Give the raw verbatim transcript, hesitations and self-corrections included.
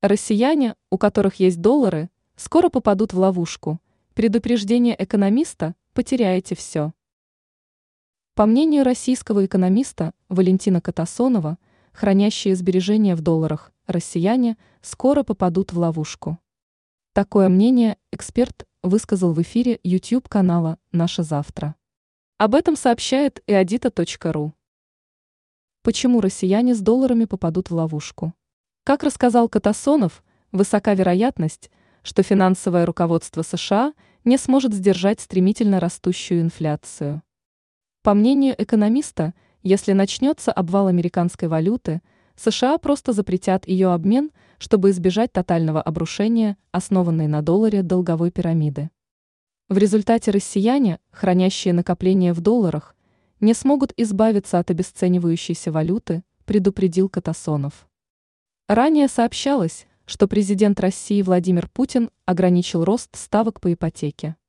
Россияне, у которых есть доллары, скоро попадут в ловушку. Предупреждение экономиста: потеряете все. По мнению российского экономиста Валентина Катасонова, хранящие сбережения в долларах россияне скоро попадут в ловушку. Такое мнение эксперт высказал в эфире YouTube-канала «Наше завтра». Об этом сообщает и адита точка ру. Почему россияне с долларами попадут в ловушку? Как рассказал Катасонов, высока вероятность, что финансовое руководство США не сможет сдержать стремительно растущую инфляцию. По мнению экономиста, если начнется обвал американской валюты, США просто запретят ее обмен, чтобы избежать тотального обрушения, основанной на долларе долговой пирамиды. В результате россияне, хранящие накопления в долларах, не смогут избавиться от обесценивающейся валюты, предупредил Катасонов. Ранее сообщалось, что президент России Владимир Путин ограничил рост ставок по ипотеке.